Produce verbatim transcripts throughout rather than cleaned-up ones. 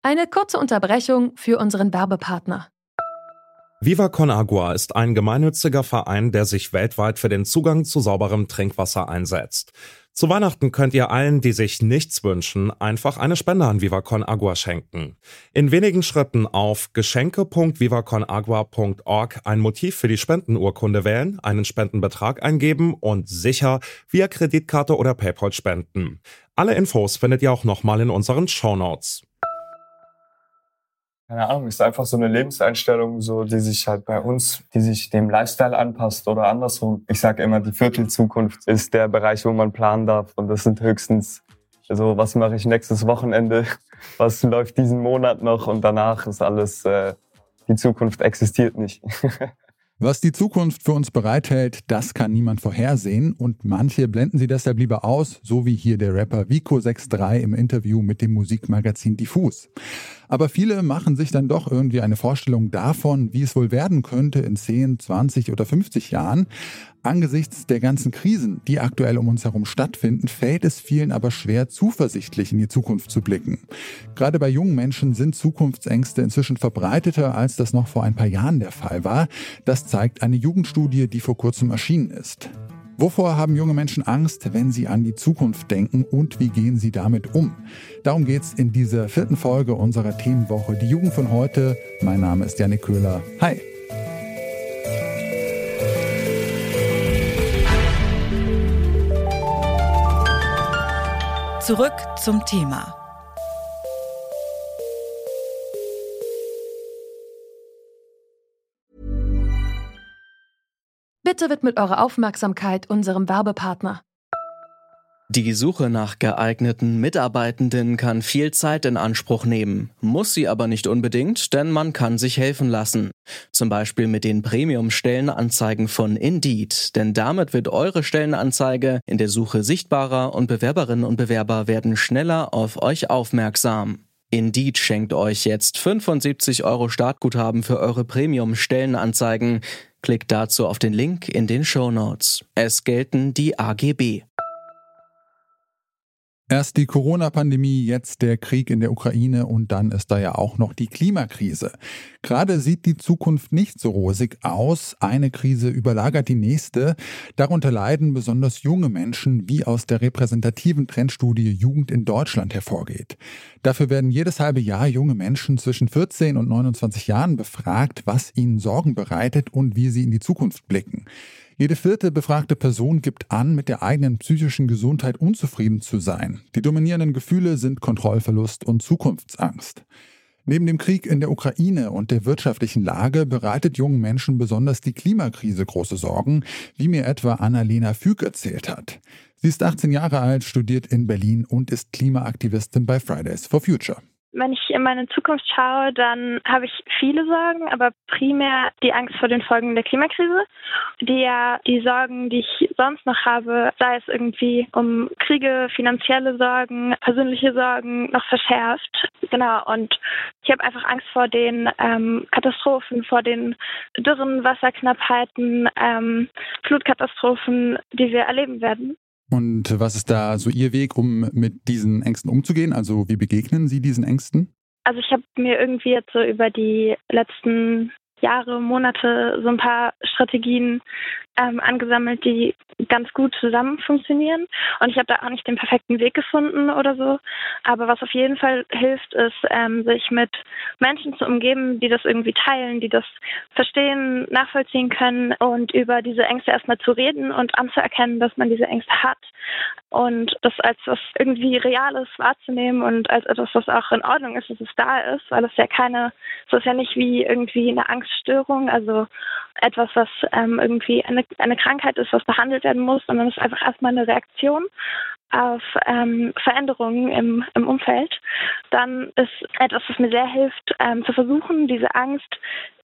Eine kurze Unterbrechung für unseren Werbepartner. Viva Con Agua ist ein gemeinnütziger Verein, der sich weltweit für den Zugang zu sauberem Trinkwasser einsetzt. Zu Weihnachten könnt ihr allen, die sich nichts wünschen, einfach eine Spende an Viva Con Agua schenken. In wenigen Schritten auf geschenke punkt viva con agua punkt org ein Motiv für die Spendenurkunde wählen, einen Spendenbetrag eingeben und sicher via Kreditkarte oder PayPal spenden. Alle Infos findet ihr auch nochmal in unseren Shownotes. Keine Ahnung, ist einfach so eine Lebenseinstellung, so die sich halt bei uns, die sich dem Lifestyle anpasst oder andersrum. Ich sage immer, die Viertelzukunft ist der Bereich, wo man planen darf. Und das sind höchstens, also was mache ich nächstes Wochenende, was läuft diesen Monat noch und danach ist alles, äh, die Zukunft existiert nicht. Was die Zukunft für uns bereithält, das kann niemand vorhersehen und manche blenden sie deshalb lieber aus, so wie hier der Rapper Vico sechs drei im Interview mit dem Musikmagazin Diffus. Aber viele machen sich dann doch irgendwie eine Vorstellung davon, wie es wohl werden könnte in zehn, zwanzig oder fünfzig Jahren. Angesichts der ganzen Krisen, die aktuell um uns herum stattfinden, fällt es vielen aber schwer, zuversichtlich in die Zukunft zu blicken. Gerade bei jungen Menschen sind Zukunftsängste inzwischen verbreiteter, als das noch vor ein paar Jahren der Fall war. Das zeigt eine Jugendstudie, die vor kurzem erschienen ist. Wovor haben junge Menschen Angst, wenn sie an die Zukunft denken und wie gehen sie damit um? Darum geht's in dieser vierten Folge unserer Themenwoche Die Jugend von heute. Mein Name ist Jannik Köhler. Hi! Zurück zum Thema. Bitte widmet eure Aufmerksamkeit unserem Werbepartner. Die Suche nach geeigneten Mitarbeitenden kann viel Zeit in Anspruch nehmen, muss sie aber nicht unbedingt, denn man kann sich helfen lassen. Zum Beispiel mit den Premium-Stellenanzeigen von Indeed, denn damit wird eure Stellenanzeige in der Suche sichtbarer und Bewerberinnen und Bewerber werden schneller auf euch aufmerksam. Indeed schenkt euch jetzt fünfundsiebzig Euro Startguthaben für eure Premium-Stellenanzeigen. Klickt dazu auf den Link in den Shownotes. Es gelten die A G B. Erst die Corona-Pandemie, jetzt der Krieg in der Ukraine und dann ist da ja auch noch die Klimakrise. Gerade sieht die Zukunft nicht so rosig aus. Eine Krise überlagert die nächste. Darunter leiden besonders junge Menschen, wie aus der repräsentativen Trendstudie Jugend in Deutschland hervorgeht. Dafür werden jedes halbe Jahr junge Menschen zwischen vierzehn und neunundzwanzig Jahren befragt, was ihnen Sorgen bereitet und wie sie in die Zukunft blicken. Jede vierte befragte Person gibt an, mit der eigenen psychischen Gesundheit unzufrieden zu sein. Die dominierenden Gefühle sind Kontrollverlust und Zukunftsangst. Neben dem Krieg in der Ukraine und der wirtschaftlichen Lage bereitet jungen Menschen besonders die Klimakrise große Sorgen, wie mir etwa Annalena Füg erzählt hat. Sie ist achtzehn Jahre alt, studiert in Berlin und ist Klimaaktivistin bei Fridays for Future. Wenn ich in meine Zukunft schaue, dann habe ich viele Sorgen, aber primär die Angst vor den Folgen der Klimakrise, die ja die Sorgen, die ich sonst noch habe, sei es irgendwie um Kriege, finanzielle Sorgen, persönliche Sorgen, noch verschärft. Genau, und ich habe einfach Angst vor den ähm, Katastrophen, vor den Dürren, Wasserknappheiten, ähm, Flutkatastrophen, die wir erleben werden. Und was ist da so Ihr Weg, um mit diesen Ängsten umzugehen? Also wie begegnen Sie diesen Ängsten? Also ich habe mir irgendwie jetzt so über die letzten Jahre, Monate so ein paar Strategien ähm, angesammelt, die ganz gut zusammen funktionieren. Und ich habe da auch nicht den perfekten Weg gefunden oder so. Aber was auf jeden Fall hilft, ist, ähm, sich mit Menschen zu umgeben, die das irgendwie teilen, die das verstehen, nachvollziehen können und über diese Ängste erstmal zu reden und anzuerkennen, dass man diese Ängste hat und das als was irgendwie Reales wahrzunehmen und als etwas, was auch in Ordnung ist, dass es da ist, weil es ja keine, es ist ja nicht wie irgendwie eine Angststörung, also etwas, was ähm, irgendwie eine, eine Krankheit ist, was behandelt werden muss, sondern es ist einfach erstmal eine Reaktion auf ähm, Veränderungen im, im Umfeld. Dann ist etwas, was mir sehr hilft, ähm, zu versuchen, diese Angst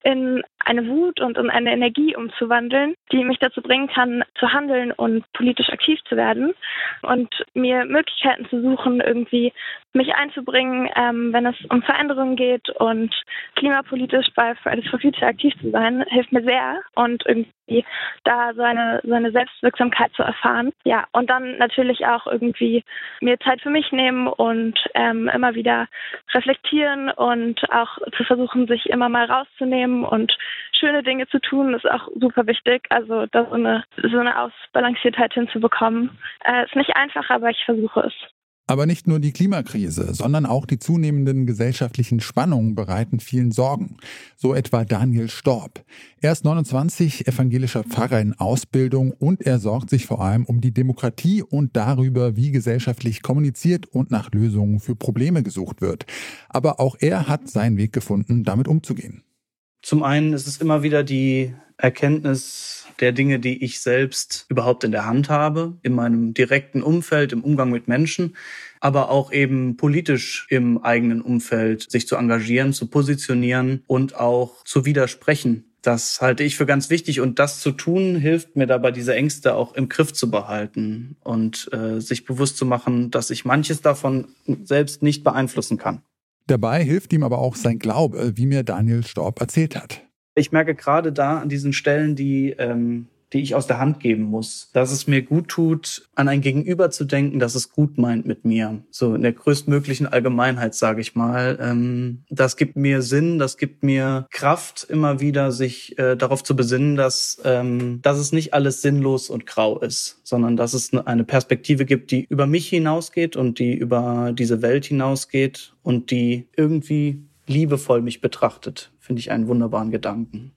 in eine Wut und in eine Energie umzuwandeln, die mich dazu bringen kann, zu handeln und politisch aktiv zu werden und mir Möglichkeiten zu suchen, irgendwie mich einzubringen, ähm, wenn es um Veränderungen geht, und klimapolitisch bei Fridays for Future aktiv zu sein, hilft mir sehr und irgendwie da so eine, so eine Selbstwirksamkeit zu erfahren. Ja, und dann natürlich auch irgendwie mir Zeit für mich nehmen und ähm, immer wieder reflektieren und auch zu versuchen, sich immer mal rauszunehmen und schöne Dinge zu tun, ist auch super wichtig. Also da so eine, so eine Ausbalanciertheit hinzubekommen. Äh, ist nicht einfach, aber ich versuche es. Aber nicht nur die Klimakrise, sondern auch die zunehmenden gesellschaftlichen Spannungen bereiten vielen Sorgen. So etwa Daniel Storb. Er ist neunundzwanzig, evangelischer Pfarrer in Ausbildung, und er sorgt sich vor allem um die Demokratie und darüber, wie gesellschaftlich kommuniziert und nach Lösungen für Probleme gesucht wird. Aber auch er hat seinen Weg gefunden, damit umzugehen. Zum einen ist es immer wieder die Erkenntnis der Dinge, die ich selbst überhaupt in der Hand habe, in meinem direkten Umfeld, im Umgang mit Menschen, aber auch eben politisch im eigenen Umfeld sich zu engagieren, zu positionieren und auch zu widersprechen. Das halte ich für ganz wichtig, und das zu tun, hilft mir dabei, diese Ängste auch im Griff zu behalten und äh, sich bewusst zu machen, dass ich manches davon selbst nicht beeinflussen kann. Dabei hilft ihm aber auch sein Glaube, wie mir Daniel Storb erzählt hat. Ich merke gerade da an diesen Stellen, die, ähm, die ich aus der Hand geben muss, dass es mir gut tut, an ein Gegenüber zu denken, das es gut meint mit mir. So in der größtmöglichen Allgemeinheit, sage ich mal. Ähm, das gibt mir Sinn, das gibt mir Kraft, immer wieder sich äh, darauf zu besinnen, dass, ähm, dass es nicht alles sinnlos und grau ist, sondern dass es eine Perspektive gibt, die über mich hinausgeht und die über diese Welt hinausgeht und die irgendwie liebevoll mich betrachtet. Finde ich einen wunderbaren Gedanken.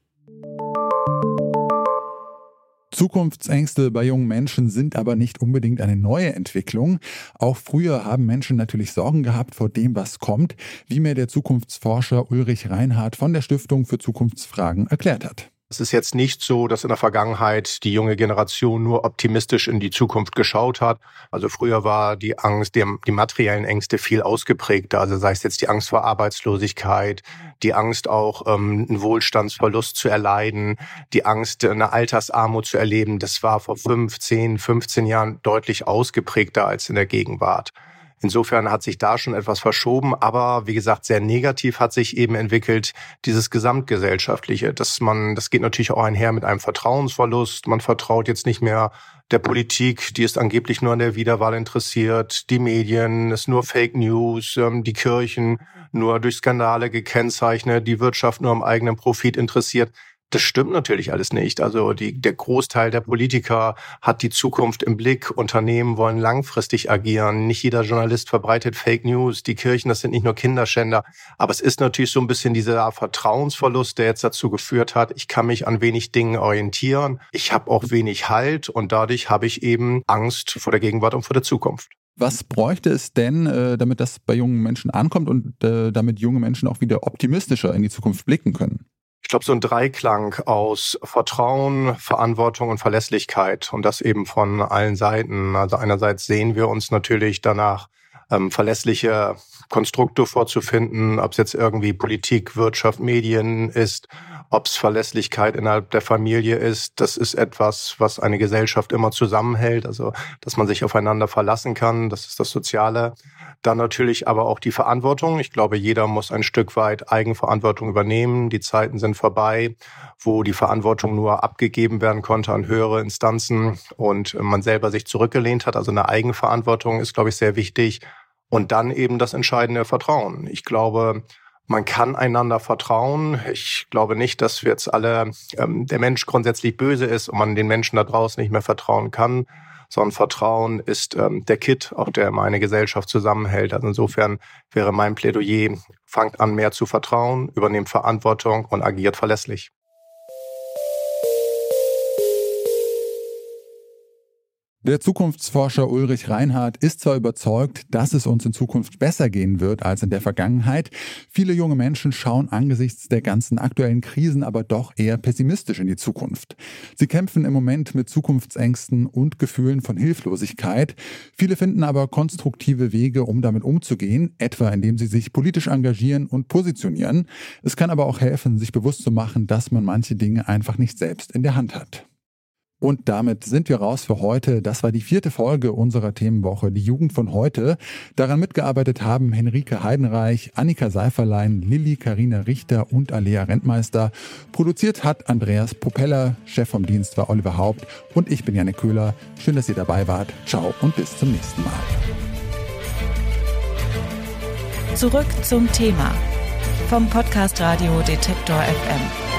Zukunftsängste bei jungen Menschen sind aber nicht unbedingt eine neue Entwicklung. Auch früher haben Menschen natürlich Sorgen gehabt vor dem, was kommt, wie mir der Zukunftsforscher Ulrich Reinhardt von der Stiftung für Zukunftsfragen erklärt hat. Es ist jetzt nicht so, dass in der Vergangenheit die junge Generation nur optimistisch in die Zukunft geschaut hat. Also früher war die Angst, die, die materiellen Ängste viel ausgeprägter. Also sei es jetzt die Angst vor Arbeitslosigkeit, die Angst auch, ähm, einen Wohlstandsverlust zu erleiden, die Angst, eine Altersarmut zu erleben. Das war vor fünf, zehn, fünfzehn Jahren deutlich ausgeprägter als in der Gegenwart. Insofern hat sich da schon etwas verschoben, aber wie gesagt, sehr negativ hat sich eben entwickelt dieses Gesamtgesellschaftliche. Dass man, das geht natürlich auch einher mit einem Vertrauensverlust. Man vertraut jetzt nicht mehr der Politik, die ist angeblich nur an der Wiederwahl interessiert, die Medien, ist nur Fake News, die Kirchen nur durch Skandale gekennzeichnet, die Wirtschaft nur am eigenen Profit interessiert. Das stimmt natürlich alles nicht. Also die, der Großteil der Politiker hat die Zukunft im Blick. Unternehmen wollen langfristig agieren. Nicht jeder Journalist verbreitet Fake News. Die Kirchen, das sind nicht nur Kinderschänder. Aber es ist natürlich so ein bisschen dieser Vertrauensverlust, der jetzt dazu geführt hat, ich kann mich an wenig Dingen orientieren. Ich habe auch wenig Halt und dadurch habe ich eben Angst vor der Gegenwart und vor der Zukunft. Was bräuchte es denn, äh, damit das bei jungen Menschen ankommt und äh, damit junge Menschen auch wieder optimistischer in die Zukunft blicken können? Ich glaube, so ein Dreiklang aus Vertrauen, Verantwortung und Verlässlichkeit, und das eben von allen Seiten. Also einerseits sehen wir uns natürlich danach, ähm, verlässliche Konstrukte vorzufinden, ob es jetzt irgendwie Politik, Wirtschaft, Medien ist, ob es Verlässlichkeit innerhalb der Familie ist. Das ist etwas, was eine Gesellschaft immer zusammenhält, also dass man sich aufeinander verlassen kann. Das ist das Soziale. Dann natürlich aber auch die Verantwortung. Ich glaube, jeder muss ein Stück weit Eigenverantwortung übernehmen. Die Zeiten sind vorbei, wo die Verantwortung nur abgegeben werden konnte an höhere Instanzen und man selber sich zurückgelehnt hat. Also eine Eigenverantwortung ist, glaube ich, sehr wichtig. Und dann eben das entscheidende Vertrauen. Ich glaube, man kann einander vertrauen. Ich glaube nicht, dass wir jetzt alle ähm, der Mensch grundsätzlich böse ist und man den Menschen da draußen nicht mehr vertrauen kann, sondern Vertrauen ist ähm, der Kitt, auf der meine Gesellschaft zusammenhält. Also insofern wäre mein Plädoyer, fangt an, mehr zu vertrauen, übernehmt Verantwortung und agiert verlässlich. Der Zukunftsforscher Ulrich Reinhardt ist zwar überzeugt, dass es uns in Zukunft besser gehen wird als in der Vergangenheit. Viele junge Menschen schauen angesichts der ganzen aktuellen Krisen aber doch eher pessimistisch in die Zukunft. Sie kämpfen im Moment mit Zukunftsängsten und Gefühlen von Hilflosigkeit. Viele finden aber konstruktive Wege, um damit umzugehen, etwa indem sie sich politisch engagieren und positionieren. Es kann aber auch helfen, sich bewusst zu machen, dass man manche Dinge einfach nicht selbst in der Hand hat. Und damit sind wir raus für heute. Das war die vierte Folge unserer Themenwoche, die Jugend von heute. Daran mitgearbeitet haben Henrike Heidenreich, Annika Seiferlein, Lilly Carina Richter und Alea Rentmeister. Produziert hat Andreas Propeller, Chef vom Dienst war Oliver Haupt und ich bin Janne Köhler. Schön, dass ihr dabei wart. Ciao und bis zum nächsten Mal. Zurück zum Thema vom Podcast Radio Detektor F M.